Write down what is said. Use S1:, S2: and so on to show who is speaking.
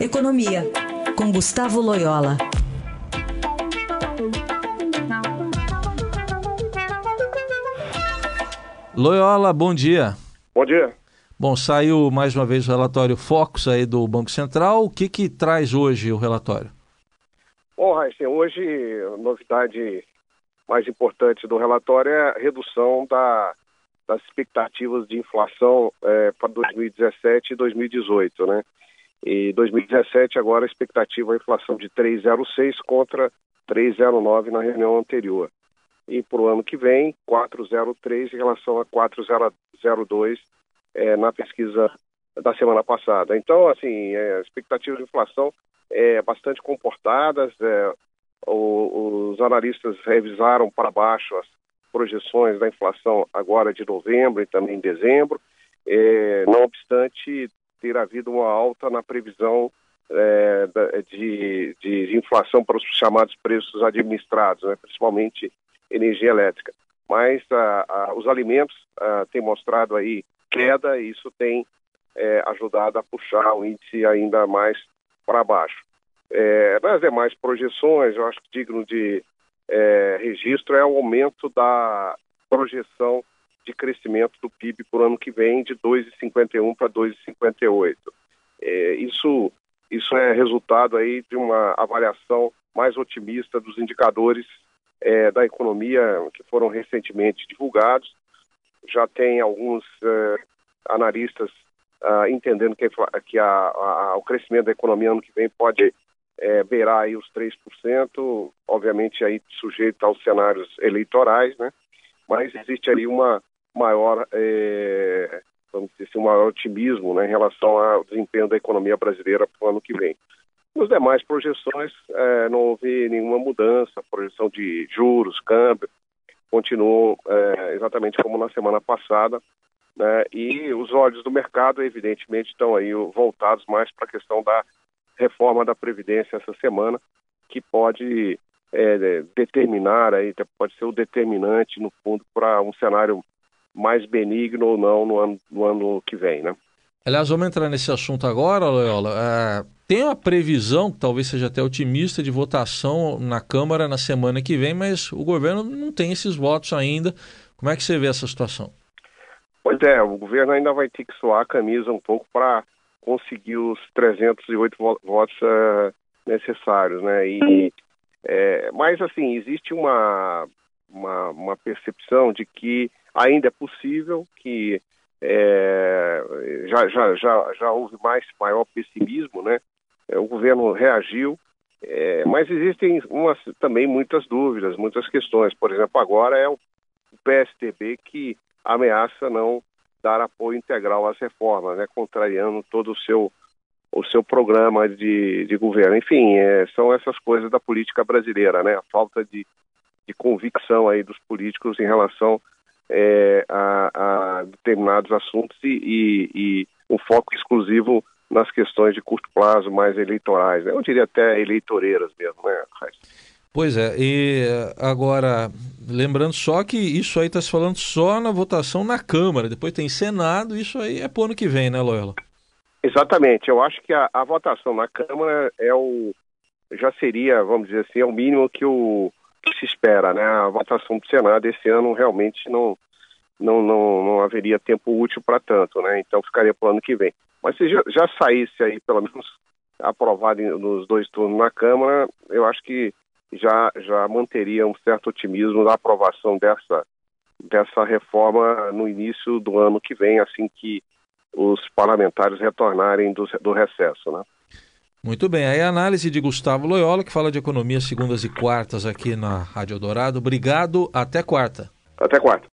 S1: Economia, com Gustavo Loyola.
S2: Loyola, bom dia.
S3: Bom dia.
S2: Bom, saiu mais uma vez o relatório Focus aí do Banco Central. O que traz hoje o relatório?
S3: Bom, Raíssa, hoje a novidade mais importante do relatório é a redução das expectativas de inflação para 2017 e 2018, né? E 2017 agora a expectativa é a inflação de 3,06 contra 3,09 na reunião anterior. E para o ano que vem, 4,03 em relação a 4,02 na pesquisa da semana passada. Então, assim, a expectativa de inflação é bastante comportada. Os analistas revisaram para baixo as projeções da inflação agora de novembro e também dezembro, não obstante ter havido uma alta na previsão de inflação para os chamados preços administrados, né, principalmente energia elétrica. Mas os alimentos têm mostrado aí queda e isso tem ajudado a puxar o índice ainda mais para baixo. Nas demais projeções, eu acho que digno de registro é o aumento da projeção de crescimento do PIB por ano que vem de 2,51 para 2,58. Isso é resultado aí de uma avaliação mais otimista dos indicadores da economia que foram recentemente divulgados. Já tem alguns analistas entendendo que o crescimento da economia ano que vem pode beirar aí os 3%, obviamente aí sujeito aos cenários eleitorais, né? Mas existe ali uma maior, vamos dizer assim, um maior otimismo, né, em relação ao desempenho da economia brasileira para o ano que vem. Nos demais projeções não houve nenhuma mudança, a projeção de juros, câmbio, continuou exatamente como na semana passada, né? E os olhos do mercado, evidentemente, estão aí voltados mais para a questão da reforma da Previdência essa semana, que pode determinar, aí, pode ser o determinante, no fundo, para um cenário mais benigno ou não no ano que vem, né?
S2: Aliás, vamos entrar nesse assunto agora, Loyola. Tem uma previsão, que talvez seja até otimista, de votação na Câmara na semana que vem, mas o governo não tem esses votos ainda. Como é que você vê essa situação?
S3: Pois é, o governo ainda vai ter que suar a camisa um pouco para conseguir os 308 votos necessários, né? Mas, assim, existe uma percepção de que ainda é possível, que já houve maior pessimismo, né? O governo reagiu, mas existem também muitas dúvidas, muitas questões. Por exemplo, agora é o PSDB que ameaça não dar apoio integral às reformas, né? Contrariando todo o seu programa de governo. Enfim, são essas coisas da política brasileira, né? A falta de convicção aí dos políticos em relação a determinados assuntos e um foco exclusivo nas questões de curto prazo, mais eleitorais, né? Eu diria até eleitoreiras mesmo, né, Raíssa?
S2: Pois é, e agora, lembrando só que isso aí está se falando só na votação na Câmara, depois tem Senado, isso aí é pro ano que vem, né, Loyola?
S3: Exatamente, eu acho que a votação na Câmara já seria, vamos dizer assim, é o mínimo que se espera, né? A votação do Senado esse ano realmente não haveria tempo útil para tanto, né? Então ficaria para o ano que vem. Mas se já saísse aí, pelo menos aprovado nos 2 turnos na Câmara, eu acho que já manteria um certo otimismo da aprovação dessa reforma no início do ano que vem, assim que os parlamentares retornarem do recesso, né?
S2: Muito bem, aí a análise de Gustavo Loyola, que fala de economia segundas e quartas aqui na Rádio Eldorado. Obrigado, até quarta.
S3: Até quarta.